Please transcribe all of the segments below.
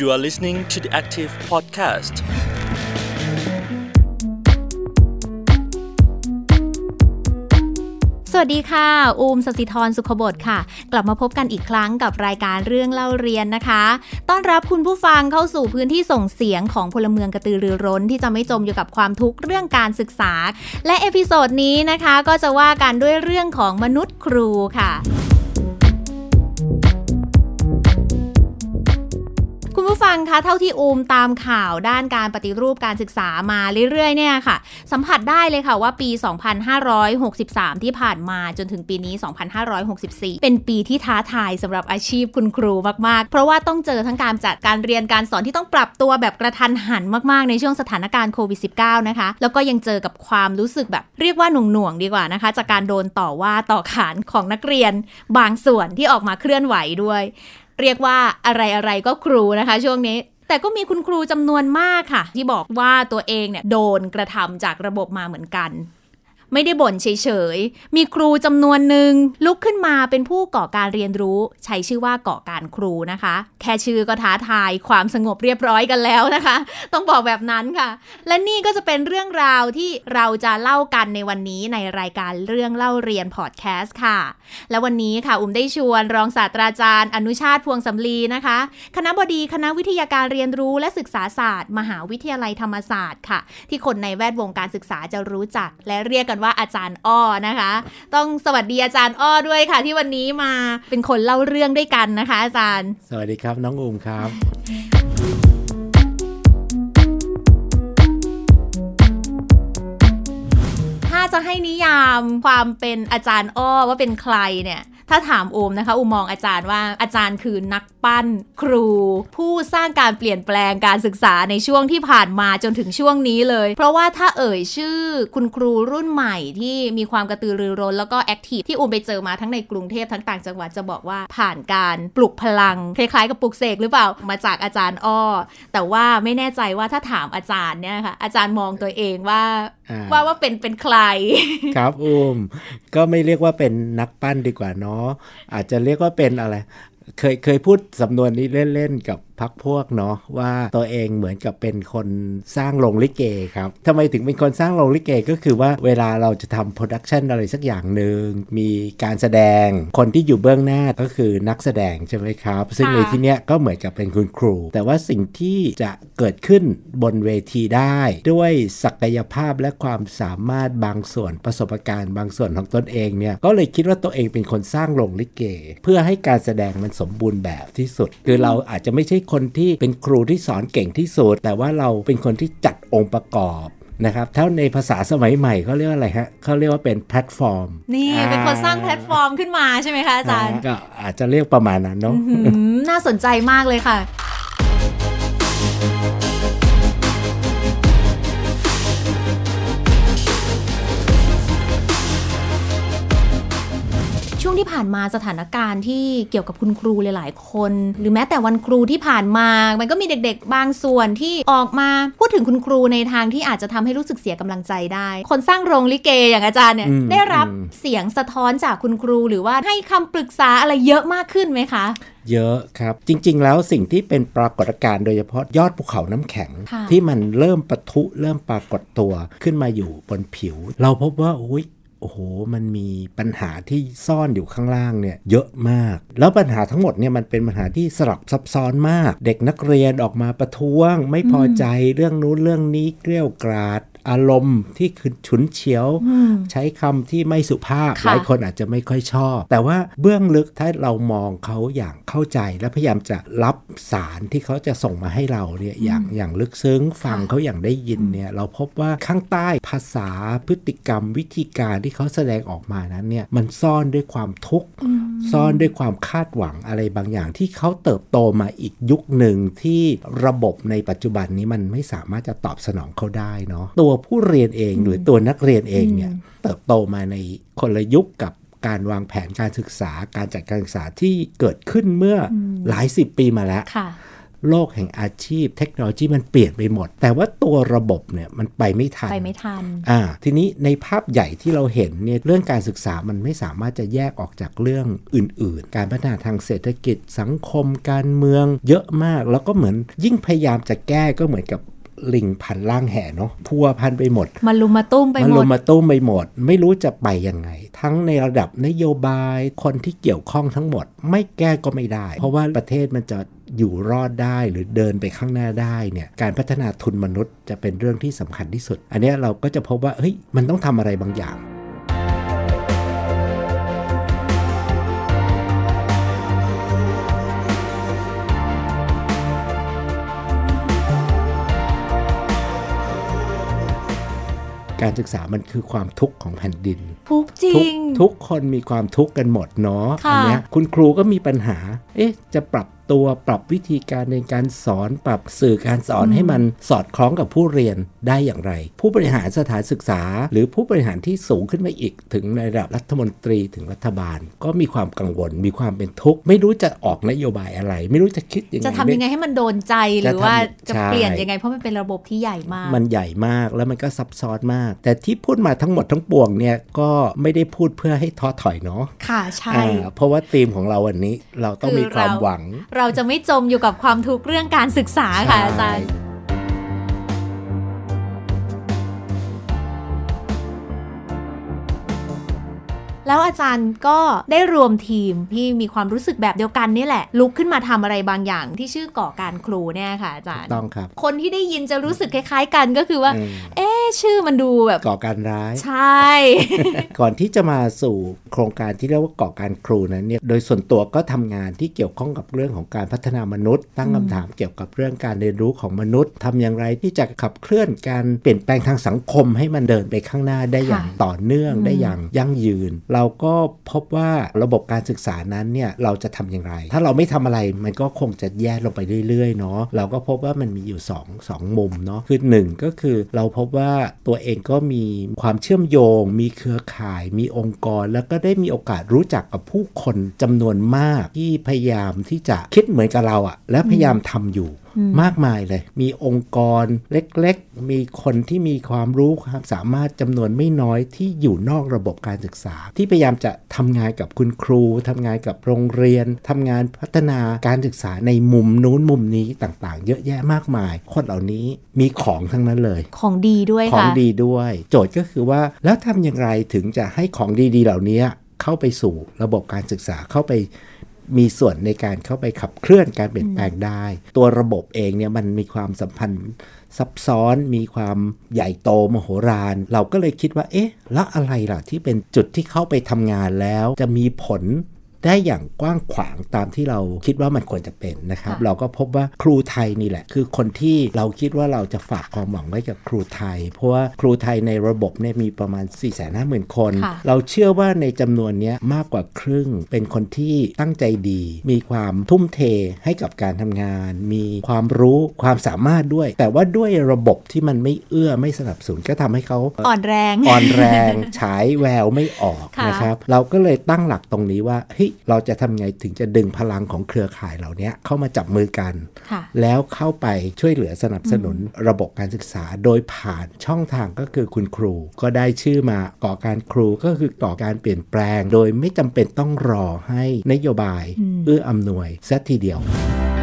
You are listening to the Active Podcast. สวัสดีค่ะอูม สศิธร สุขบดค่ะกลับมาพบกันอีกครั้งกับรายการเรื่องเล่าเรียนนะคะต้อนรับคุณผู้ฟังเข้าสู่พื้นที่ส่งเสียงของพลเมืองกระตือรือร้นที่จะไม่จมอยู่กับความทุกข์เรื่องการศึกษาและเอพิโซดนี้นะคะก็จะว่ากันด้วยเรื่องของมนุษย์ครูค่ะคุณผู้ฟังคะเท่าที่อูมตามข่าวด้านการปฏิรูปการศึกษามาเรื่อยๆเนี่ยค่ะสัมผัสได้เลยค่ะว่าปี 2563 ที่ผ่านมาจนถึงปีนี้ 2564 เป็นปีที่ท้าทายสำหรับอาชีพคุณครูมากๆเพราะว่าต้องเจอทั้งการจัดการเรียนการสอนที่ต้องปรับตัวแบบกระทันหันมากๆในช่วงสถานการณ์โควิด -19 นะคะแล้วก็ยังเจอกับความรู้สึกแบบเรียกว่าหน่วงๆดีกว่านะคะจากการโดนต่อว่าต่อขานของนักเรียนบางส่วนที่ออกมาเคลื่อนไหวด้วยเรียกว่าอะไรๆก็ครูนะคะช่วงนี้แต่ก็มีคุณครูจำนวนมากค่ะที่บอกว่าตัวเองเนี่ยโดนกระทำจากระบบมาเหมือนกันไม่ได้บ่นเฉยๆมีครูจำนวนหนึ่งลุกขึ้นมาเป็นผู้ก่อการเรียนรู้ใช้ชื่อว่าก่อการครูนะคะแค่ชื่อก็ท้าทายความสงบเรียบร้อยกันแล้วนะคะต้องบอกแบบนั้นค่ะและนี่ก็จะเป็นเรื่องราวที่เราจะเล่ากันในวันนี้ในรายการเรื่องเล่าเรียนพอดแคสต์ค่ะและวันนี้ค่ะอุ้มได้ชวนรองศาสตราจารย์อนุชาติพวงสำลีนะคะคณบดีคณะวิทยาการเรียนรู้และศึกษาศาสตร์มหาวิทยาลัยธรรมศาสตร์ค่ะที่คนในแวดวงการศึกษาจะรู้จักและเรียกกันว่าอาจารย์อ้อนะคะต้องสวัสดีอาจารย์อ้อด้วยค่ะที่วันนี้มาเป็นคนเล่าเรื่องด้วยกันนะคะอาจารย์สวัสดีครับน้องอูมครับถ้าจะให้นิยามความเป็นอาจารย์อ้อว่าเป็นใครเนี่ยถ้าถามอูมนะคะอูมมองอาจารย์ว่าอาจารย์คือนักปั้นครูผู้สร้างการเปลี่ยนแปลงการศึกษาในช่วงที่ผ่านมาจนถึงช่วงนี้เลยเพราะว่าถ้าเอ่ยชื่อคุณครูรุ่นใหม่ที่มีความกระตือรือร้นแล้วก็แอคทีฟที่อูมไปเจอมาทั้งในกรุงเทพทั้งต่างจังหวัดจะบอกว่าผ่านการปลุกพลังคล้ายๆกับปลุกเสกหรือเปล่ามาจากอาจารย์อ้อแต่ว่าไม่แน่ใจว่าถ้าถามอาจารย์เนี่ยค่ะอาจารย์มองตัวเองว่าเป็นใครครับอูมก็ไม่เรียกว่าเป็นนักปั้นดีกว่าเนาะอาจจะเรียกว่าเป็นอะไรเคยพูดสำนวนนี้เล่นๆกับพรรคพวกเนาะว่าตัวเองเหมือนกับเป็นคนสร้างโรงลิเกครับทำไมถึงเป็นคนสร้างโรงลิเกก็คือว่าเวลาเราจะทำโปรดักชันอะไรสักอย่างหนึ่งมีการแสดงคนที่อยู่เบื้องหน้าก็คือนักแสดงใช่ไหมครับซึ่งในที่เนี้ยก็เหมือนกับเป็นคุณครูแต่ว่าสิ่งที่จะเกิดขึ้นบนเวทีได้ด้วยศักยภาพและความสามารถบางส่วนประสบการณ์บางส่วนของตนเองเนี่ยก็เลยคิดว่าตัวเองเป็นคนสร้างโรงลิเกเพื่อให้การแสดงมันสมบูรณ์แบบที่สุดคือเราอาจจะไม่ใช่คนที่เป็นครูที่สอนเก่งที่สุดแต่ว่าเราเป็นคนที่จัดองค์ประกอบนะครับถ้าในภาษาสมัยใหม่เขาเรียกว่าอะไรฮะเขาเรียกว่าเป็นแพลตฟอร์มนี่เป็นคนสร้างแพลตฟอร์มขึ้นมาใช่ไหมคะอาจารย์ก็อาจจะเรียกประมาณนั้นเนาะน่าสนใจมากเลยค่ะช่วงที่ผ่านมาสถานการณ์ที่เกี่ยวกับคุณครูหลายๆคนหรือแม้แต่วันครูที่ผ่านมามันก็มีเด็กๆบางส่วนที่ออกมาพูดถึงคุณครูในทางที่อาจจะทำให้รู้สึกเสียกำลังใจได้คนสร้างโรงลิเกอย่างอาจารย์เนี่ยได้รับเสียงสะท้อนจากคุณครูหรือว่าให้คำปรึกษาอะไรเยอะมากขึ้นไหมคะเยอะครับจริงๆแล้วสิ่งที่เป็นปรากฏการณ์โดยเฉพาะยอดภูเขาน้ำแข็งที่มันเริ่มปะทุเริ่มปรากฏตัวขึ้นมาอยู่บนผิวเราพบว่าโอ้โหมันมีปัญหาที่ซ่อนอยู่ข้างล่างเนี่ยเยอะมากแล้วปัญหาทั้งหมดเนี่ยมันเป็นปัญหาที่สลับซับซ้อนมากเด็กนักเรียนออกมาประท้วงไม่พอใจเรื่องนู้นเรื่องนี้เกรี้ยวกราดอารมณ์ที่ฉุนเฉียวใช้คำที่ไม่สุภาพหลายคนอาจจะไม่ค่อยชอบแต่ว่าเบื้องลึกถ้าเรามองเขาอย่างเข้าใจและพยายามจะรับสารที่เขาจะส่งมาให้เราเนี่ยอย่างลึกซึ้งฟังเขาอย่างได้ยินเนี่ยเราพบว่าข้างใต้ภาษาพฤติกรรมวิธีการที่เขาแสดงออกมานั้นเนี่ยมันซ่อนด้วยความทุกข์ซ่อนด้วยความคาดหวังอะไรบางอย่างที่เขาเติบโตมาอีกยุคหนึ่งที่ระบบในปัจจุบันนี้มันไม่สามารถจะตอบสนองเขาได้เนาะตัวผู้เรียนเองหรือตัวนักเรียนเองเนี่ยเติบโตมาในคนละยุคกับการวางแผนการศึกษาการจัดการศึกษาที่เกิดขึ้นเมื่อหลายสิบปีมาแล้วโลกแห่งอาชีพเทคโนโลยีมันเปลี่ยนไปหมดแต่ว่าตัวระบบเนี่ยมันไปไม่ทันทีนี้ในภาพใหญ่ที่เราเห็นเนี่ยเรื่องการศึกษามันไม่สามารถจะแยกออกจากเรื่องอื่นๆการพัฒนาทางเศรษฐกิจสังคมการเมืองเยอะมากแล้วก็เหมือนยิ่งพยายามจะแก้ก็เหมือนกับลิงพันล่างแห่เนาะพัวพันไปหมดมันลุมมาตุ้มไปหมดไม่รู้จะไปยังไงทั้งในระดับนโยบายคนที่เกี่ยวข้องทั้งหมดไม่แก้ก็ไม่ได้เพราะว่าประเทศมันจะอยู่รอดได้หรือเดินไปข้างหน้าได้เนี่ยการพัฒนาทุนมนุษย์จะเป็นเรื่องที่สำคัญที่สุดอันนี้เราก็จะพบว่าเฮ้ยมันต้องทำอะไรบางอย่างการศึกษามันคือความทุกข์ของแผ่นดินทุกจริงทุกคนมีความทุกข์กันหมดเนาะอันเนี้ยคุณครูก็มีปัญหาจะปรับตัวปรับวิธีการในการสอนปรับสื่อการสอนให้มันสอดคล้องกับผู้เรียนได้อย่างไรผู้บริหารสถานศึกษาหรือผู้บริหารที่สูงขึ้นไปอีกถึงในระดับรัฐมนตรีถึงรัฐบาลก็มีความกังวลมีความเป็นทุกข์ไม่รู้จะออกนโยบายอะไรไม่รู้จะคิดยังไงจะทำยังไงให้มันโดนใจหรือว่าจะเปลี่ยนยังไงเพราะมันเป็นระบบที่ใหญ่มากมันใหญ่มากแล้วมันก็ซับซ้อนมากแต่ที่พูดมาทั้งหมดทั้งปวงเนี่ยก็ไม่ได้พูดเพื่อให้ท้อถอยเนาะค่ะใช่เพราะว่าธีมของเราวันนี้เราต้องมีความหวังเราจะไม่จมอยู่กับความทุกข์เรื่องการศึกษาค่ะอาจารย์แล้วอาจารย์ก็ได้รวมทีมที่มีความรู้สึกแบบเดียวกันนี่แหละลุกขึ้นมาทำอะไรบางอย่างที่ชื่อก่อการครูเนี่ยค่ะอาจารย์ต้องครับคนที่ได้ยินจะรู้สึกคล้ายๆกันก็คือว่าชื่อมันดูแบบก่อการร้ายใช่ก่อนที่จะมาสู่โครงการที่เรียกว่าก่อการครูนั้นเนี่ยโดยส่วนตัวก็ทำงานที่เกี่ยวข้องกับเรื่องของการพัฒนามนุษย์ตั้งคำถามเกี่ยวกับเรื่องการเรียนรู้ของมนุษย์ทำอย่างไรที่จะขับเคลื่อนการเปลี่ยนแปลงทางสังคมให้มันเดินไปข้างหน้าได้อย่างต่อเนื่องได้อย่างยั่งยืนเราก็พบว่าระบบการศึกษานั้นเนี่ยเราจะทำอย่างไรถ้าเราไม่ทำอะไรมันก็คงจะแย่ลงไปเรื่อยๆเนาะเราก็พบว่ามันมีอยู่2มุมเนาะคือ1ก็คือเราพบว่าตัวเองก็มีความเชื่อมโยงมีเครือข่ายมีองค์กรแล้วก็ได้มีโอกาสรู้จักกับผู้คนจำนวนมากที่พยายามที่จะคิดเหมือนกับเราอะและพยายามทำอยู่มากมายเลยมีองค์กรเล็กๆมีคนที่มีความรู้ความสามารถจำนวนไม่น้อยที่อยู่นอกระบบการศึกษาที่พยายามจะทำงานกับคุณครูทำงานกับโรงเรียนทำงานพัฒนาการศึกษาในมุมนู้นมุมนี้ต่างๆเยอะแยะมากมายคนเหล่านี้มีของทั้งนั้นเลยของดีด้วยค่ะของดีด้วยโจทย์ก็คือว่าแล้วทำอย่างไรถึงจะให้ของดีๆเหล่านี้เข้าไปสู่ระบบการศึกษาเข้าไปมีส่วนในการเข้าไปขับเคลื่อนการเปลี่ยนแปลงได้ตัวระบบเองเนี่ยมันมีความสัมพันธ์ซับซ้อนมีความใหญ่โตมโหฬารเราก็เลยคิดว่าแล้วอะไรล่ะที่เป็นจุดที่เข้าไปทำงานแล้วจะมีผลได้อย่างกว้างขวางตามที่เราคิดว่ามันควรจะเป็นนะครับเราก็พบว่าครูไทยนี่แหละคือคนที่เราคิดว่าเราจะฝากความหวังไว้กับครูไทยเพราะว่าครูไทยในระบบเนี่ยมีประมาณ 450,000 คนเราเชื่อว่าในจำนวนนี้มากกว่าครึ่งเป็นคนที่ตั้งใจดีมีความทุ่มเทให้กับการทำงานมีความรู้ความสามารถด้วยแต่ว่าด้วยระบบที่มันไม่เอื้อไม่สนับสนุนก็ทำให้เขาอ่อนแรงฉายแววไม่ออกนะครับเราก็เลยตั้งหลักตรงนี้ว่าเราจะทำไงถึงจะดึงพลังของเครือข่ายเหล่านี้เข้ามาจับมือกันแล้วเข้าไปช่วยเหลือสนับสนุนระบบการศึกษาโดยผ่านช่องทางก็คือคุณครูก็ได้ชื่อมาก่อการครูก็คือก่อการเปลี่ยนแปลงโดยไม่จำเป็นต้องรอให้นโยบายเอื้ออำนวยซะทีเดียว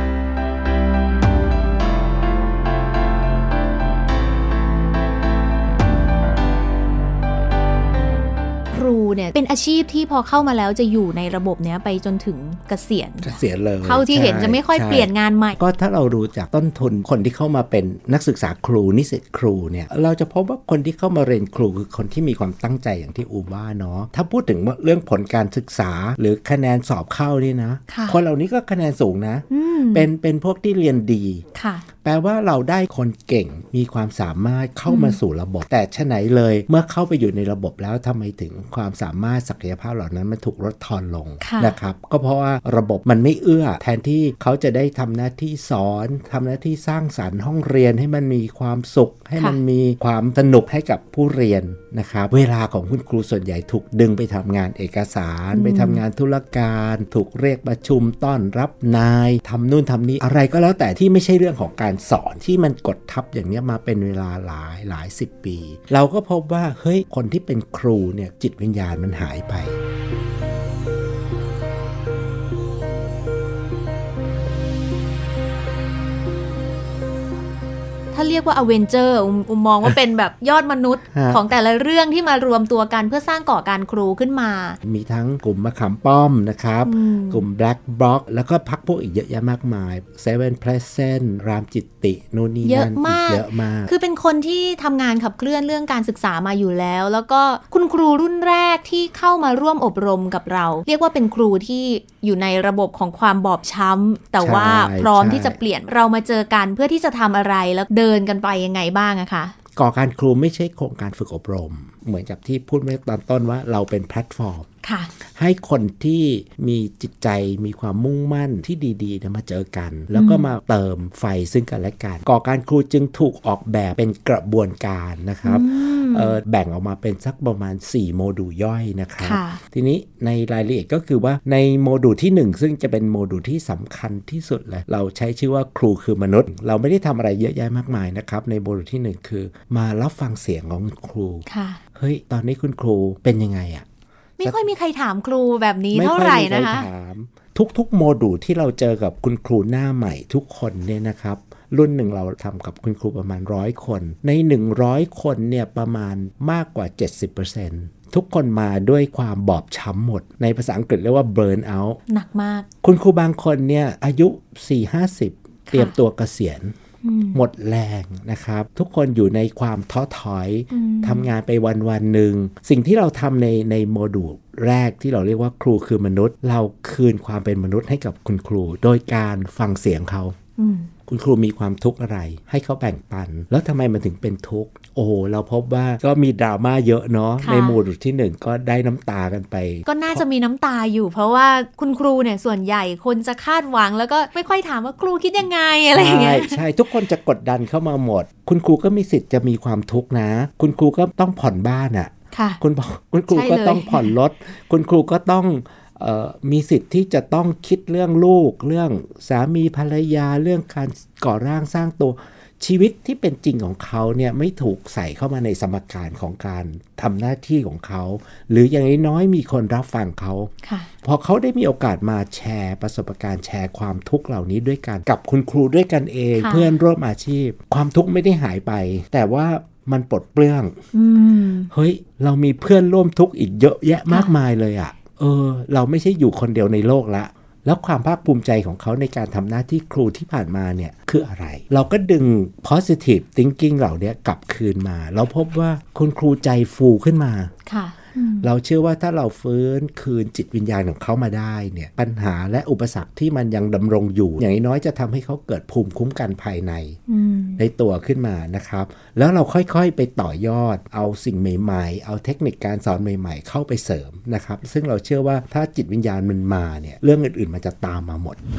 ครูเนี่ยเป็นอาชีพที่พอเข้ามาแล้วจะอยู่ในระบบเนี้ยไปจนถึงเกษียณเลยเท่าที่เห็นจะไม่ค่อยเปลี่ยนงานใหม่ก็ถ้าเราดูจากต้นทุนคนที่เข้ามาเป็นนักศึกษาครูนิสิตครูเนี่ยเราจะพบว่าคนที่เข้ามาเรียนครูคือคนที่มีความตั้งใจอย่างที่อูว่าเนาะถ้าพูดถึงเรื่องผลการศึกษาหรือคะแนนสอบเข้านี่นะคนเหล่านี้ก็คะแนนสูงนะเป็นพวกที่เรียนดีแปลว่าเราได้คนเก่งมีความสามารถเข้ามาสู่ระบบแต่ฉะไหนเลยเมื่อเข้าไปอยู่ในระบบแล้วทำไมถึงความสามารถศักยภาพเหล่านั้นมันถูกลดทอนลงนะครับก็เพราะว่าระบบมันไม่เอื้อแทนที่เขาจะได้ทำหน้าที่สอนทำหน้าที่สร้างสรรค์ห้องเรียนให้มันมีความสุขให้มันมีความสนุกให้กับผู้เรียนนะครับเวลาของคุณครูส่วนใหญ่ถูกดึงไปทำงานเอกสารไปทำงานธุรการถูกเรียกประชุมต้อนรับนายทำนู่นทำนี่อะไรก็แล้วแต่ที่ไม่ใช่เรื่องของการสอนที่มันกดทับอย่างนี้มาเป็นเวลาหลายสิบปีเราก็พบว่าเฮ้ยคนที่เป็นครูเนี่ยจิตวิญญาณมันหายไปถ้าเรียกว่าอเวนเจอร์มองว่าเป็นแบบยอดมนุษย์ ของแต่ละเรื่องที่มารวมตัวกันเพื่อสร้างก่อการครูขึ้นมามีทั้งกลุ่มมะขามป้อมนะครับกลุ่ม Black Bloc แล้วก็พรรคพวกอีกเยอะแยะมากมาย Seven Pleasant รามจิตติโน่นนี่นั่นเยอะมากคือเป็นคนที่ทำงานขับเคลื่อนเรื่องการศึกษามาอยู่แล้วแล้วก็คุณครูรุ่นแรกที่เข้ามาร่วมอบรมกับเราเรียกว่าเป็นครูที่อยู่ในระบบของความบอบช้ำแต่ว่าพร้อมที่จะเปลี่ยนเรามาเจอกันเพื่อที่จะทำอะไรแล้วเดินกันไปยังไงบ้างอะคะก่อการครูไม่ใช่โครงการฝึกอบรมเหมือนกับที่พูดเมื่อตอนต้นว่าเราเป็นแพลตฟอร์มให้คนที่มีจิตใจมีความมุ่งมั่นที่ดีๆมาเจอกันแล้วก็มาเติมไฟซึ่งกันและกันก่อการครูจึงถูกออกแบบเป็นกระบวนการนะครับแบ่งออกมาเป็นสักประมาณ4โมดูลย่อยนะครับทีนี้ในรายละเอียดก็คือว่าในโมดูลที่1ซึ่งจะเป็นโมดูลที่สำคัญที่สุดเลยเราใช้ชื่อว่าครูคือมนุษย์เราไม่ได้ทำอะไรเยอะแยะมากมายนะครับในโมดูลที่1คือมารับฟังเสียงของครูเฮ้ยตอนนี้คุณครูเป็นยังไงอะไม่ค่อยมีใครถามครูแบบนี้เท่าไหร่นะคะทุกๆโมดูลที่เราเจอกับคุณครูหน้าใหม่ทุกคนเนี่ยนะครับรุ่นหนึ่งเราทำกับคุณครูประมาณ100คนใน100คนเนี่ยประมาณมากกว่า 70%ทุกคนมาด้วยความบอบช้ำหมดในภาษาอังกฤษเรียกว่า burn out หนักมากคุณครูบางคนเนี่ยอายุ 4-50 เตรียมตัวเกษียณหมดแรงนะครับทุกคนอยู่ในความท้อถอยทำงานไปวันหนึ่งสิ่งที่เราทำในโมดูลแรกที่เราเรียกว่าครูคือมนุษย์เราคืนความเป็นมนุษย์ให้กับคุณครูโดยการฟังเสียงเขาคุณครูมีความทุกข์อะไรให้เขาแบ่งปันแล้วทำไมมันถึงเป็นทุกข์โอ้เราพบว่าก็มีดราม่าเยอะเนาะในโมดูลที่1ก็ได้น้ำตากันไปก็น่าจะมีน้ำตาอยู่เพราะว่าคุณครูเนี่ยส่วนใหญ่คนจะคาดหวังแล้วก็ไม่ค่อยถามว่าครูคิดยังไงอะไรอย่างเงี้ยใช่ทุกคนจะกดดันเข้ามาหมดคุณครูก็มีสิทธิ์จะมีความทุกข์นะคุณครูก็ต้องผ่อนบ้านอะคุณครูก็ต้องผ่อนรถคุณครูก็ต้องมีสิทธิ์ที่จะต้องคิดเรื่องลูกเรื่องสามีภรรยาเรื่องการก่อร่างสร้างตัวชีวิตที่เป็นจริงของเขาเนี่ยไม่ถูกใส่เข้ามาในสมการของการทำหน้าที่ของเขาหรืออย่างน้อยมีคนรับฟังเขาพอเขาได้มีโอกาสมาแชร์ประสบการณ์แชร์ความทุกข์เหล่านี้ด้วยกันกับคุณครูด้วยกันเองเพื่อนร่วมอาชีพความทุกข์ไม่ได้หายไปแต่ว่ามันปลดเปลื้องเฮ้ยเรามีเพื่อนร่วมทุกข์อีกเยอะแยะมากมายเลยอ่ะเราไม่ใช่อยู่คนเดียวในโลกละแล้วความภาคภูมิใจของเขาในการทำหน้าที่ครูที่ผ่านมาเนี่ยคืออะไรเราก็ดึง positive thinking เหล่านี้กลับคืนมาเราพบว่าคุณครูใจฟูขึ้นมาเราเชื่อว่าถ้าเราฟื้นคืนจิตวิญญาณของเขามาได้เนี่ยปัญหาและอุปสรรคที่มันยังดำรงอยู่อย่างน้อยจะทำให้เขาเกิดภูมิคุ้มกันภายในตัวขึ้นมานะครับแล้วเราค่อยๆไปต่อยอดเอาสิ่งใหม่ๆเอาเทคนิคการสอนใหม่ๆเข้าไปเสริมนะครับซึ่งเราเชื่อว่าถ้าจิตวิญญาณมันมาเนี่ยเรื่องอื่นๆมันจะตามมาหมด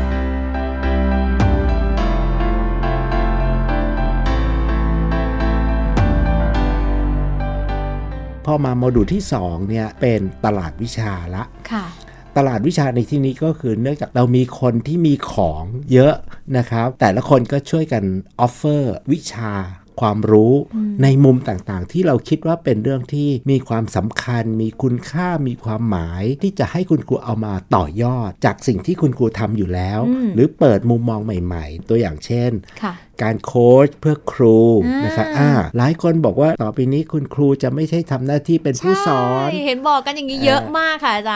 พอมาโมดูลที่2เนี่ยเป็นตลาดวิชาละตลาดวิชาในที่นี้ก็คือเนื่องจากเรามีคนที่มีของเยอะนะครับแต่ละคนก็ช่วยกันออฟเฟอร์วิชาความรู้ในมุมต่างๆที่เราคิดว่าเป็นเรื่องที่มีความสำคัญมีคุณค่ามีความหมายที่จะให้คุณครูเอามาต่อยอดจากสิ่งที่คุณครูทำอยู่แล้วหรือเปิดมุมมองใหม่ๆตัวอย่างเช่นการโค้ชเพื่อครูนะครับหลายคนบอกว่าต่อไปนี้คุณครูจะไม่ใช่ทำหน้าที่เป็นผู้สอนเห็นบอกกันอย่างนี้เยอะมากค่ะอาจารย์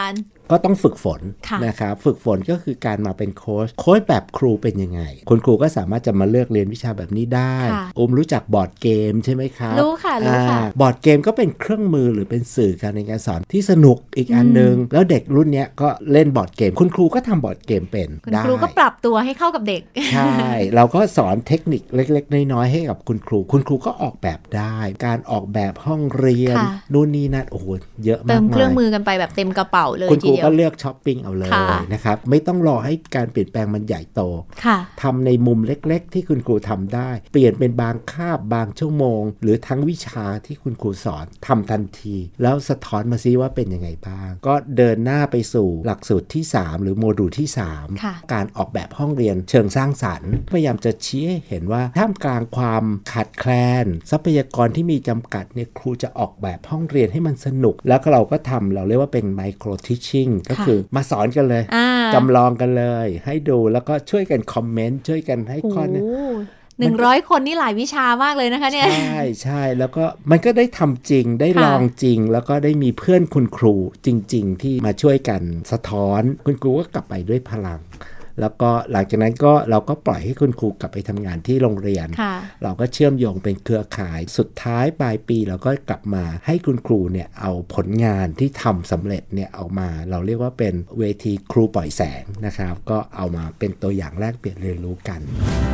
ก็ต้องฝึกฝนนะครับฝึกฝนก็คือการมาเป็นโค้ชแบบครูเป็นยังไงคุณครูก็สามารถจะมาเลือกเรียนวิชาแบบนี้ได้รู้จักบอร์ดเกมใช่ไหมครับรู้ค่ะบอร์ดเกมก็เป็นเครื่องมือหรือเป็นสื่อการในการสอนที่สนุกอีกอันนึงแล้วเด็กรุ่นนี้ก็เล่นบอร์ดเกมคุณครูก็ทำบอร์ดเกมเป็นคุณครูก็ปรับตัวให้เข้ากับเด็กใช่เราก็สอนเทคนิคเล็กๆน้อยๆให้กับคุณครูก็ออกแบบได้การออกแบบห้องเรียนนู่นนี่นั่นโอ้โหเยอะมากเติมเครื่องมือกันไปแบบเต็มกระเป๋าเลยคุณครูก็เลือกช้อปปิ้งเอาเลยนะครับไม่ต้องรอให้การเปลี่ยนแปลงมันใหญ่โตทำในมุมเล็กๆที่คุณครูทำได้เปลี่ยนเป็นบางคาบบางชั่วโมงหรือทั้งวิชาที่คุณครูสอนทำทันทีแล้วสะท้อนมาซิว่าเป็นยังไงบ้างก็เดินหน้าไปสู่หลักสูตรที่3หรือโมดูลที่3การออกแบบห้องเรียนเชิงสร้างสรรค์พยายามจะชี้ให้เห็นว่าท่ามกลางความขาดแคลนทรัพยากรที่มีจำกัดเนี่ยครูจะออกแบบห้องเรียนให้มันสนุกแล้วก็เราก็ทำเราเรียกว่าเป็นไมโครทิชชิ่งก็คือมาสอนกันเลยจำลองกันเลยให้ดูแล้วก็ช่วยกันคอมเมนต์ช่วยกันให้ข้อ 100 คนนี่หลายวิชามากเลยนะคะเนี่ยใช่แล้วก็มันก็ได้ทำจริงได้ลองจริงแล้วก็ได้มีเพื่อนคุณครูจริงๆที่มาช่วยกันสะท้อนคุณครูก็กลับไปด้วยพลังแล้วก็หลังจากนั้นก็เราก็ปล่อยให้คุณครูกลับไปทำงานที่โรงเรียนเราก็เชื่อมโยงเป็นเครือข่ายสุดท้ายปลายปีเราก็กลับมาให้คุณครูเนี่ยเอาผลงานที่ทำสำเร็จเนี่ยออกมาเราเรียกว่าเป็นเวทีครูปล่อยแสงนะครับก็เอามาเป็นตัวอย่างแลกเปลี่ยนเรียนรู้กัน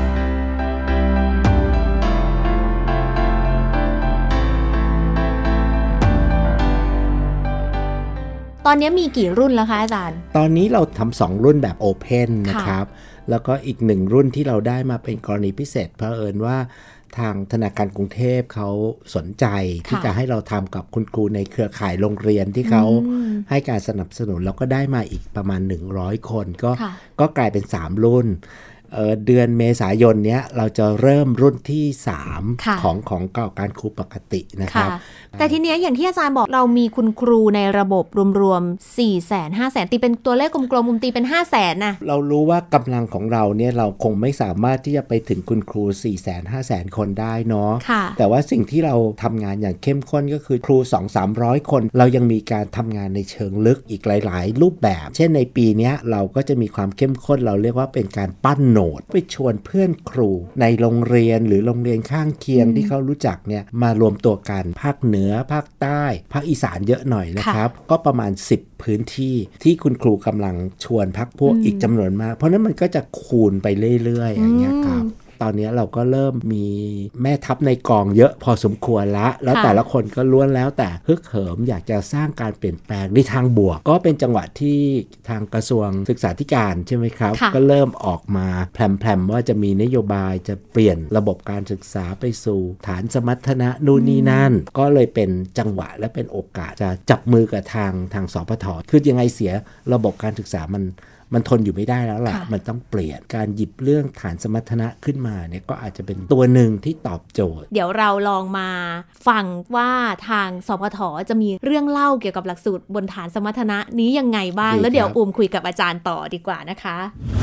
ตอนนี้มีกี่รุ่นแล้วคะอาจารย์ตอนนี้เราทำ2รุ่นแบบโอเพนนะครับแล้วก็อีก1รุ่นที่เราได้มาเป็นกรณีพิเศษเผอิญว่าทางธนาคารกรุงเทพเขาสนใจที่จะให้เราทำกับคุณครูในเครือข่ายโรงเรียนที่เขาให้การสนับสนุนแล้วก็ได้มาอีกประมาณ100 คนก็กลายเป็น3รุ่นเดือนเมษายนเนี้ยเราจะเริ่มรุ่นที่3ของการครูปกตินะครับแต่ทีเนี้ยอย่างที่อาจารย์บอกเรามีคุณครูในระบบรวมๆ 400,000 500,000 ตีเป็นตัวเลขกลมๆตีเป็น 500,000 นะเรารู้ว่ากำลังของเราเนี่ยเราคงไม่สามารถที่จะไปถึงคุณครู 400,000 500,000 คนได้เนาะแต่ว่าสิ่งที่เราทำงานอย่างเข้มข้นก็คือครู 200-300 คนเรายังมีการทำงานในเชิงลึกอีกหลายๆรูปแบบเช่นในปีนี้เราก็จะมีความเข้มข้นเราเรียกว่าเป็นการปั้นไปชวนเพื่อนครูในโรงเรียนหรือโรงเรียนข้างเคียงที่เขารู้จักเนี่ยมารวมตัวกันภาคเหนือภาคใต้ภาคอีสานเยอะหน่อยนะครับก็ประมาณ10พื้นที่ที่คุณครูกำลังชวนพรรคพวกอีกจำนวนมากเพราะนั้นมันก็จะคูณไปเรื่อยๆอย่างเงี้ยครับตอนนี้เราก็เริ่มมีแม่ทัพในกองเยอะพอสมควรแล้วแต่ละคนก็ล้วนแล้วแต่ฮึกเหิมอยากจะสร้างการเปลี่ยนแปลงในทางบวกก็เป็นจังหวะที่ทางกระทรวงศึกษาธิการใช่ไหมครับก็เริ่มออกมาแพรมว่าจะมีนโยบายจะเปลี่ยนระบบการศึกษาไปสู่ฐานสมรรถนะนู่นนี่นั่นก็เลยเป็นจังหวะและเป็นโอกาสจะจับมือกับทางสปท.คือยังไงเสียระบบการศึกษามันทนอยู่ไม่ได้แล้วล่ะมันต้องเปลี่ยนการหยิบเรื่องฐานสมรรถนะขึ้นมาเนี่ยก็อาจจะเป็นตัวหนึ่งที่ตอบโจทย์เดี๋ยวเราลองมาฟังว่าทางสปท.จะมีเรื่องเล่าเกี่ยวกับหลักสูตรบนฐานสมรรถนะนี้ยังไงบ้างแล้วเดี๋ยวคุยกับอาจารย์ต่อดีกว่านะคะ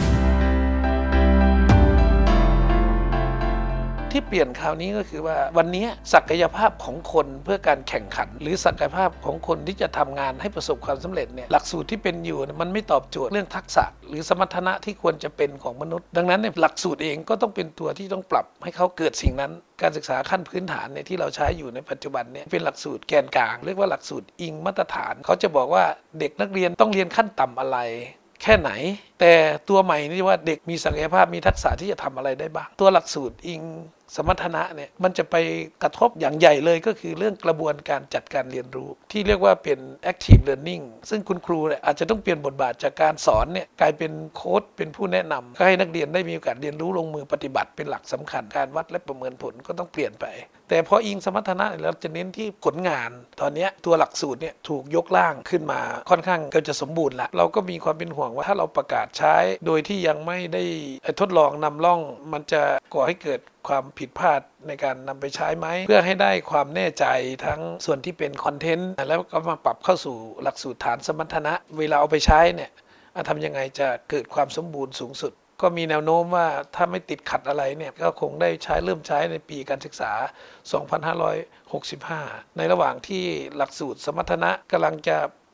ที่เปลี่ยนคราวนี้ก็คือว่าวันนี้ศักยภาพของคนเพื่อการแข่งขันหรือศักยภาพของคนที่จะทำงานให้ประสบความสำเร็จเนี่ยหลักสูตรที่เป็นอยู่มันไม่ตอบโจทย์เรื่องทักษะหรือสมรรถนะที่ควรจะเป็นของมนุษย์ดังนั้นเนี่ยหลักสูตรเองก็ต้องเป็นตัวที่ต้องปรับให้เขาเกิดสิ่งนั้นการศึกษาขั้นพื้นฐานเนี่ยที่เราใช้อยู่ในปัจจุบันเนี่ยเป็นหลักสูตรแกนกลางเรียกว่าหลักสูตรอิงมาตรฐานเขาจะบอกว่าเด็กนักเรียนต้องเรียนขั้นต่ำอะไรแค่ไหนแต่ตัวใหม่นี่ว่าเด็กมีศักยภาพมีทักษะที่จะทำอะไรได้บ้างตัวหลักสูตรอิงสมรรถนะเนี่ยมันจะไปกระทบอย่างใหญ่เลยก็คือเรื่องกระบวนการจัดการเรียนรู้ที่เรียกว่าเป็น active learning ซึ่งคุณครูเนี่ยอาจจะต้องเปลี่ยนบทบาทจากการสอนเนี่ยกลายเป็นโค้ชเป็นผู้แนะนำก็ให้นักเรียนได้มีโอกาสเรียนรู้ลงมือปฏิบัติเป็นหลักสำคัญการวัดและประเมินผลก็ต้องเปลี่ยนไปแต่พออิงสมรรถนะเราจะเน้นที่ผลงานตอนนี้ตัวหลักสูตรเนี่ยถูกยกร่างขึ้นมาค่อนข้างก็จะสมบูรณ์ละเราก็มีความเป็นห่วงว่าถ้าเราประกาศใช้โดยที่ยังไม่ได้ทดลองนำร่องมันจะก่อให้เกิดความผิดพลาดในการนำไปใช้ไหมเพื่อให้ได้ความแน่ใจทั้งส่วนที่เป็นคอนเทนต์แล้วก็มาปรับเข้าสู่หลักสูตรฐานสมรรถนะเวลาเอาไปใช้เนี่ยทำยังไงจะเกิดความสมบูรณ์สูงสุดก็มีแนวโน้มว่าถ้าไม่ติดขัดอะไรเนี่ยก็คงได้เริ่มใช้ในปีการศึกษา 2565 ในระหว่างที่หลักสูตรสมรรถนะกำลังจะ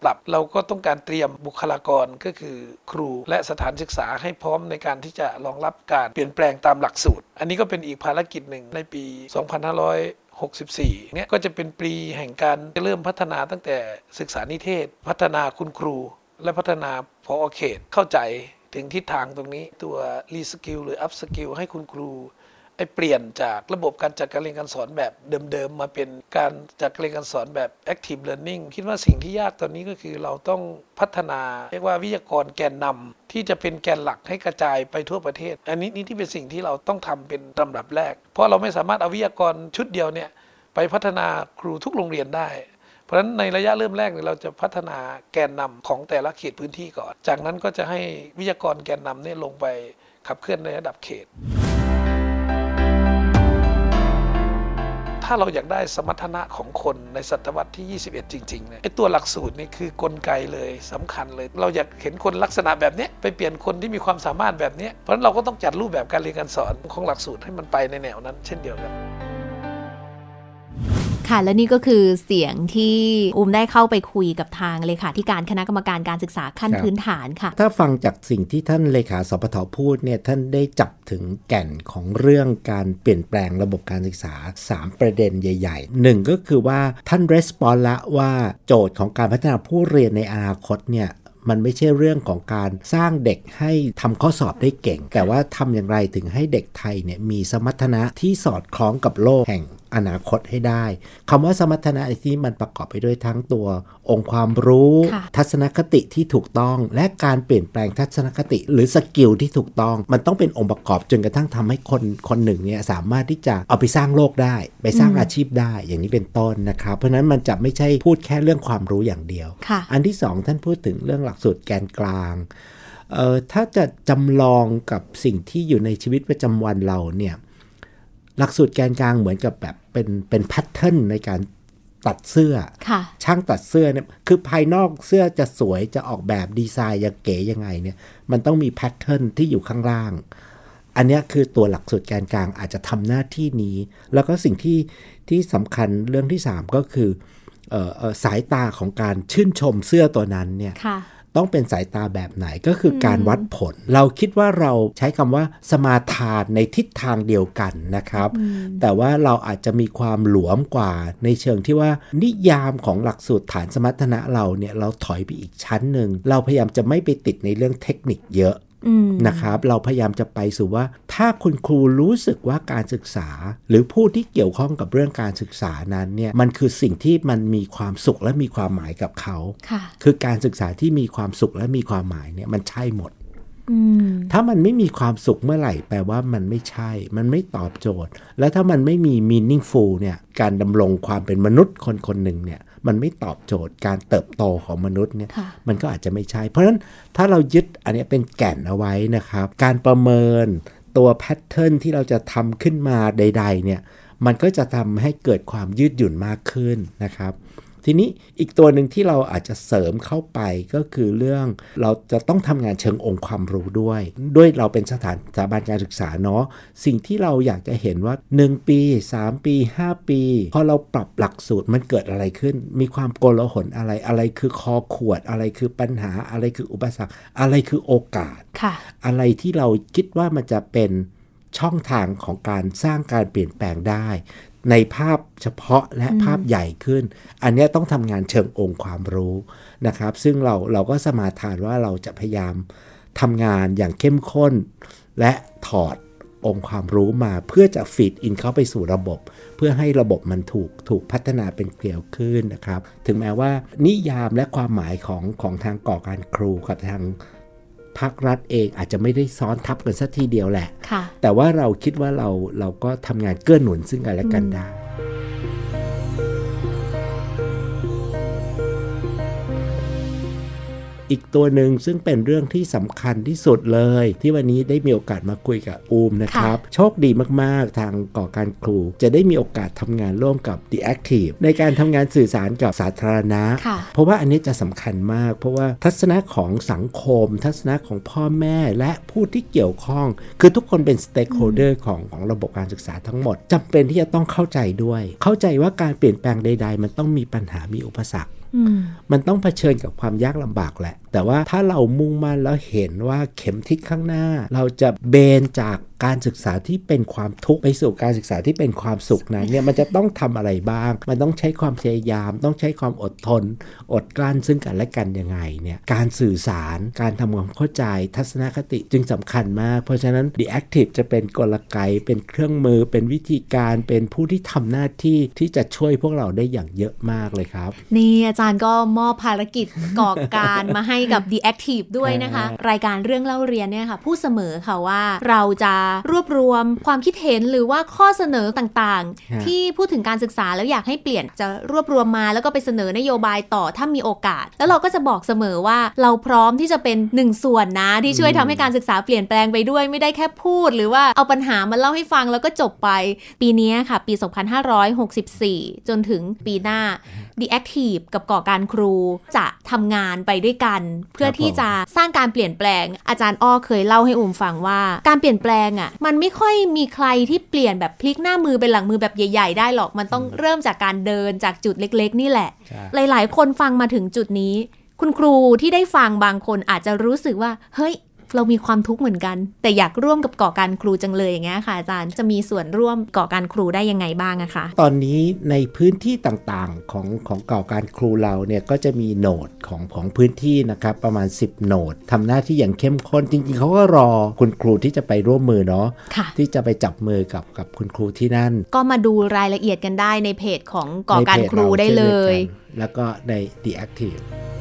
ปรับเราก็ต้องการเตรียมบุคลากรก็คือครูและสถานศึกษาให้พร้อมในการที่จะรองรับการเปลี่ยนแปลงตามหลักสูตรอันนี้ก็เป็นอีกภารกิจหนึ่งในปี 2564 เนี่ยก็จะเป็นปีแห่งการเริ่มพัฒนาตั้งแต่ศึกษานิเทศพัฒนาคุณครูและพัฒนาผอ.เขตเข้าใจถึงทิศทางตรงนี้ตัวรีสกิลหรืออัพสกิลให้คุณครูเปลี่ยนจากระบบการจัดการเรียนการสอนแบบเดิมๆมาเป็นการจัดการเรียนการสอนแบบ active learning คิดว่าสิ่งที่ยากตอนนี้ก็คือเราต้องพัฒนาเรียกว่าวิทยากรแกนนำที่จะเป็นแกนหลักให้กระจายไปทั่วประเทศอันนี้ที่เป็นสิ่งที่เราต้องทำเป็นลำดับแรกเพราะเราไม่สามารถเอาวิทยากรชุดเดียวเนี่ยไปพัฒนาครูทุกโรงเรียนได้เพราะฉะนั้นในระยะเริ่มแรกเนี่ยเราจะพัฒนาแกนนำของแต่ละเขตพื้นที่ก่อนจากนั้นก็จะให้วิทยากรแกนนำเนี่ยลงไปขับเคลื่อนในระดับเขตถ้าเราอยากได้สมรรถนะของคนในศตวรรษที่ 21 จริงๆเนี่ยตัวหลักสูตรนี่คือกลไกเลยสำคัญเลยเราอยากเห็นคนลักษณะแบบนี้ไปเปลี่ยนคนที่มีความสามารถแบบนี้เพราะฉะนั้นเราก็ต้องจัดรูปแบบการเรียนการสอนของหลักสูตรให้มันไปในแนวนั้นเช่นเดียวกันค่ะและนี่ก็คือเสียงที่ได้เข้าไปคุยกับทางเลขาธิการคณะกรรมการการศึกษาขั้นพื้นฐานค่ะถ้าฟังจากสิ่งที่ท่านเลขาสปท.พูดเนี่ยท่านได้จับถึงแก่นของเรื่องการเปลี่ยนแปลงระบบการศึกษา3ประเด็นใหญ่ๆ1ก็คือว่าท่านรีสปอนส์ละว่าโจทย์ของการพัฒนาผู้เรียนในอนาคตเนี่ยมันไม่ใช่เรื่องของการสร้างเด็กให้ทำข้อสอบได้เก่งแต่ว่าทำอย่างไรถึงให้เด็กไทยเนี่ยมีสมรรถนะที่สอดคล้องกับโลกแห่งอนาคตให้ได้คำว่าสมรรถนะที่มันประกอบไปด้วยทั้งตัวองค์ความรู้ทัศนคติที่ถูกต้องและการเปลี่ยนแปลงทัศนคติหรือสกิลที่ถูกต้องมันต้องเป็นองค์ประกอบจนกระทั่งทำให้คนหนึ่งเนี่ยสามารถที่จะเอาไปสร้างโลกได้ไปสร้างอาชีพได้อย่างนี้เป็นต้นนะครับเพราะนั้นมันจะไม่ใช่พูดแค่เรื่องความรู้อย่างเดียวอันที่2ท่านพูดถึงเรื่องหลักสูตรแกนกลางถ้าจะจำลองกับสิ่งที่อยู่ในชีวิตประจำวันเราเนี่ยหลักสูตรแกนกลางเหมือนกับแบบเป็นแพทเทิร์นในการตัดเสื้อช่างตัดเสื้อเนี่ยคือภายนอกเสื้อจะสวยจะออกแบบดีไซน์ยังเก๋ยังไงเนี่ยมันต้องมีแพทเทิร์นที่อยู่ข้างล่างอันนี้คือตัวหลักสูตรแกนกลางอาจจะทำหน้าที่นี้แล้วก็สิ่งที่สำคัญเรื่องที่3ก็คือสายตาของการชื่นชมเสื้อตัวนั้นเนี่ยต้องเป็นสายตาแบบไหนก็คือการวัดผลเราคิดว่าเราใช้คำว่าสมาทานในทิศทางเดียวกันนะครับแต่ว่าเราอาจจะมีความหลวมกว่าในเชิงที่ว่านิยามของหลักสูตรฐานสมรรถนะเราเนี่ยเราถอยไปอีกชั้นหนึ่งเราพยายามจะไม่ไปติดในเรื่องเทคนิคเยอะนะครับเราพยายามจะไปสู่ว่าถ้าคุณครูรู้สึกว่าการศึกษาหรือผู้ที่เกี่ยวข้องกับเรื่องการศึกษานั้นเนี่ยมันคือสิ่งที่มันมีความสุขและมีความหมายกับเขาคือการศึกษาที่มีความสุขและมีความหมายเนี่ยมันใช่หมดถ้ามันไม่มีความสุขเมื่อไหร่แปลว่ามันไม่ใช่มันไม่ตอบโจทย์และถ้ามันไม่มี meaningful เนี่ยการดำรงความเป็นมนุษย์คนหนึ่งเนี่ยมันไม่ตอบโจทย์การเติบโตของมนุษย์เนี่ยมันก็อาจจะไม่ใช่เพราะฉะนั้นถ้าเรายึดอันนี้เป็นแก่นเอาไว้นะครับการประเมินตัวแพทเทิร์นที่เราจะทำขึ้นมาใดๆเนี่ยมันก็จะทำให้เกิดความยืดหยุ่นมากขึ้นนะครับทีนี้อีกตัวหนึ่งที่เราอาจจะเสริมเข้าไปก็คือเรื่องเราจะต้องทำงานเชิงองค์ความรู้ด้วยเราเป็นสถาบันการศึกษาเนาะสิ่งที่เราอยากจะเห็นว่า1ปี3ปี5ปีพอเราปรับหลักสูตรมันเกิดอะไรขึ้นมีความโกลาหลอะไรคือคอขวดอะไรคือปัญหาอะไรคืออุปสรรคอะไรคือโอกาสอะไรที่เราคิดว่ามันจะเป็นช่องทางของการสร้างการเปลี่ยนแปลงได้ในภาพเฉพาะและภาพใหญ่ขึ้นอันนี้ต้องทำงานเชิงองค์ความรู้นะครับซึ่งเราก็สมาทานว่าเราจะพยายามทำงานอย่างเข้มข้นและถอดองค์ความรู้มาเพื่อจะฟีดอินเข้าไปสู่ระบบเพื่อให้ระบบมันถูกพัฒนาเป็นเกลียวขึ้นนะครับถึงแม้ว่านิยามและความหมายของทางก่อการครูกับทางภาครัฐเองอาจจะไม่ได้ซ้อนทับกันสักทีเดียวแหละแต่ว่าเราคิดว่าเราก็ทำงานเกื้อหนุนซึ่งกันและกันได้ อีกตัวหนึ่งซึ่งเป็นเรื่องที่สำคัญที่สุดเลยที่วันนี้ได้มีโอกาสมาคุยกับอูมนะครับโชคดีมากๆทางก่อการครูจะได้มีโอกาสทำงานร่วมกับ The Active ในการทำงานสื่อสารกับสาธารณะเพราะว่าอันนี้จะสำคัญมากเพราะว่าทัศนะของสังคมทัศนะของพ่อแม่และผู้ที่เกี่ยวข้องคือทุกคนเป็น stakeholder ของระบบการศึกษาทั้งหมดจำเป็นที่จะต้องเข้าใจด้วยเข้าใจว่าการเปลี่ยนแปลงใดๆมันต้องมีปัญหามีอุปสรรคมันต้องเผชิญกับความยากลำบากแหละแต่ว่าถ้าเรามุ่งมั่นแล้วเห็นว่าเข็มทิศข้างหน้าเราจะเบนจากการศึกษาที่เป็นความทุกข์ไปสู่การศึกษาที่เป็นความสุขนั้นเนี่ยมันจะต้องทำอะไรบ้างมันต้องใช้ความพยายามต้องใช้ความอดทนอดกลั้นซึ่งกันและกันยังไงเนี่ยการสื่อสารการทำความเข้าใจทัศนคติจึงสำคัญมากเพราะฉะนั้น The Active จะเป็นกลไกเป็นเครื่องมือเป็นวิธีการเป็นผู้ที่ทำหน้าที่ที่จะช่วยพวกเราได้อย่างเยอะมากเลยครับนี่อาจารย์ก็มอบภารกิจก่อการมาให้กับ The Active ด้วยนะคะ รายการเรื่องเล่าเรียนเนี่ยค่ะพูดเสมอค่ะว่าเราจะรวบรวมความคิดเห็นหรือว่าข้อเสนอต่างๆที่พูดถึงการศึกษาแล้วอยากให้เปลี่ยนจะรวบรวมมาแล้วก็ไปเสนอนโยบายต่อถ้ามีโอกาสแล้วเราก็จะบอกเสมอว่าเราพร้อมที่จะเป็นหนึ่งส่วนนะที่ช่วยทำให้การศึกษาเปลี่ยนแปลงไปด้วยไม่ได้แค่พูดหรือว่าเอาปัญหามาเล่าให้ฟังแล้วก็จบไปปีนี้ค่ะปี 2564 จนถึงปีหน้า The Active กับก่อการครูจะทำงานไปด้วยกันเพื่อที่จะสร้างการเปลี่ยนแปลงอาจารย์อ้อเคยเล่าให้อุ้มฟังว่าการเปลี่ยนแปลงอ่ะมันไม่ค่อยมีใครที่เปลี่ยนแบบพลิกหน้ามือเป็นหลังมือแบบใหญ่ๆได้หรอกมันต้องเริ่มจากการเดินจากจุดเล็กๆนี่แหละหลายๆคนฟังมาถึงจุดนี้คุณครูที่ได้ฟังบางคนอาจจะรู้สึกว่าเฮ้ยเรามีความทุกข์เหมือนกันแต่อยากร่วมกับก่อการครูจังเลยอย่างเงี้ยค่ะอาจารย์จะมีส่วนร่วมก่อการครูได้ยังไงบ้างอะคะตอนนี้ในพื้นที่ต่างๆของก่อการครูเราเนี่ยก็จะมีโหนดของพื้นที่นะครับประมาณ10โหนดทำหน้าที่อย่างเข้มข้นจริงๆเขาก็รอคุณครูที่จะไปร่วมมือเนาะที่จะไปจับมือกับคุณครูที่นั่นก็มาดูรายละเอียดกันได้ในเพจของก่อการครูได้เลยแล้วก็ใน The Active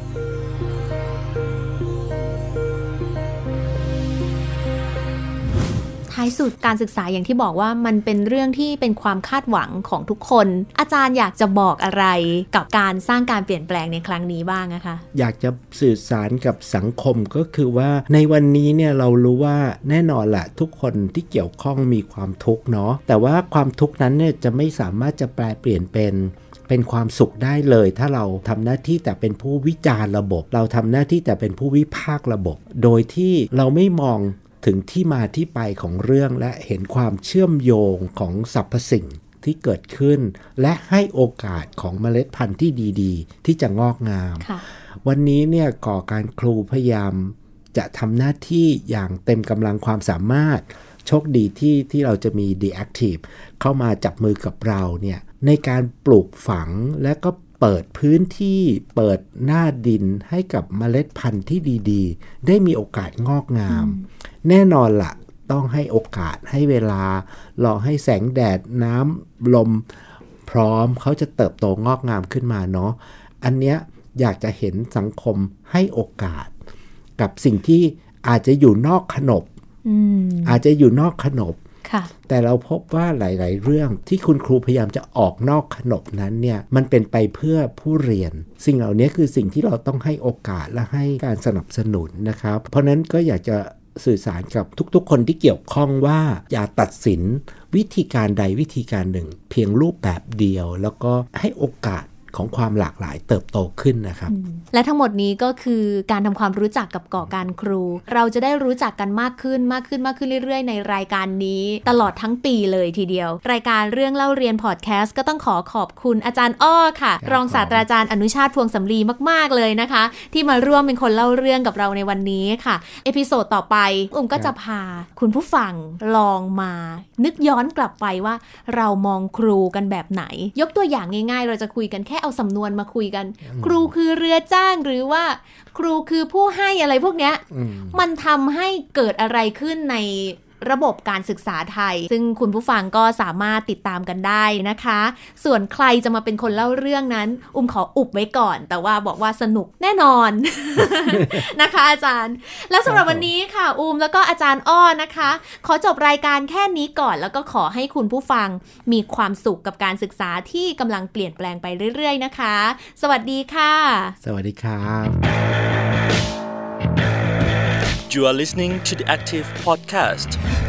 ท้ายสุดการศึกษาอย่างที่บอกว่ามันเป็นเรื่องที่เป็นความคาดหวังของทุกคนอาจารย์อยากจะบอกอะไรกับการสร้างการเปลี่ยนแปลงในครั้งนี้บ้างนะคะอยากจะสื่อสารกับสังคมก็คือว่าในวันนี้เนี่ยเรารู้ว่าแน่นอนแหละทุกคนที่เกี่ยวข้องมีความทุกข์เนาะแต่ว่าความทุกข์นั้นเนี่ยจะไม่สามารถจะแปลเปลี่ยนเป็นความสุขได้เลยถ้าเราทำหน้าที่แต่เป็นผู้วิจารณ์ระบบเราทำหน้าที่แต่เป็นผู้วิพากษ์ระบบโดยที่เราไม่มองถึงที่มาที่ไปของเรื่องและเห็นความเชื่อมโยงของสรรพสิ่งที่เกิดขึ้นและให้โอกาสของเมล็ดพันธุ์ที่ดีๆที่จะงอกงามวันนี้เนี่ยก่อการครูพยายามจะทำหน้าที่อย่างเต็มกำลังความสามารถโชคดีที่เราจะมี The Active เข้ามาจับมือกับเราเนี่ยในการปลูกฝังและก็เปิดพื้นที่เปิดหน้าดินให้กับเมล็ดพันธุ์ที่ดีๆได้มีโอกาสงอกงามแน่นอนล่ะต้องให้โอกาสให้เวลารอให้แสงแดดน้ำลมพร้อมเขาจะเติบโตงอกงามขึ้นมาเนาะอันเนี้ยอยากจะเห็นสังคมให้โอกาสกับสิ่งที่อาจจะอยู่นอกขนบอาจจะอยู่นอกขนบแต่เราพบว่าหลายๆเรื่องที่คุณครูพยายามจะออกนอกขนบนั้นเนี่ยมันเป็นไปเพื่อผู้เรียนสิ่งเหล่านี้คือสิ่งที่เราต้องให้โอกาสและให้การสนับสนุนนะครับเพราะนั้นก็อยากจะสื่อสารกับทุกๆคนที่เกี่ยวข้องว่าอย่าตัดสินวิธีการใดวิธีการหนึ่งเพียงรูปแบบเดียวแล้วก็ให้โอกาสของความหลากหลายเติบโตขึ้นนะครับและทั้งหมดนี้ก็คือการทำความรู้จักกับก่อการครูเราจะได้รู้จักกันมากขึ้นเรื่อยๆในรายการนี้ตลอดทั้งปีเลยทีเดียวรายการเรื่องเล่าเรียนพอดแคสต์ก็ต้องขอบคุณอาจารย์อ้อค่ะรองศาสตราจารย์อนุชาติพวงสำลีมากๆเลยนะคะที่มาร่วมเป็นคนเล่าเรื่องกับเราในวันนี้ค่ะเอพิโซดต่อไปก็จะพาคุณผู้ฟังลองมานึกย้อนกลับไปว่าเรามองครูกันแบบไหนยกตัวอย่างง่ายๆเราจะคุยกันแค่เอาสำนวนมาคุยกันครูคือเรือจ้างหรือว่าครูคือผู้ให้อะไรพวกเนี้ยมันทำให้เกิดอะไรขึ้นในระบบการศึกษาไทยซึ่งคุณผู้ฟังก็สามารถติดตามกันได้นะคะส่วนใครจะมาเป็นคนเล่าเรื่องนั้นขออุบไว้ก่อนแต่ว่าบอกว่าสนุกแน่นอน นะคะอาจารย์แล้วสำหรับวันนี้ค่ะแล้วก็อาจารย์อ้อนะคะขอจบรายการแค่นี้ก่อนแล้วก็ขอให้คุณผู้ฟังมีความสุขกับการศึกษาที่กำลังเปลี่ยนแปลงไปเรื่อยๆนะคะสวัสดีค่ะสวัสดีครับ You are listening to the Active Podcast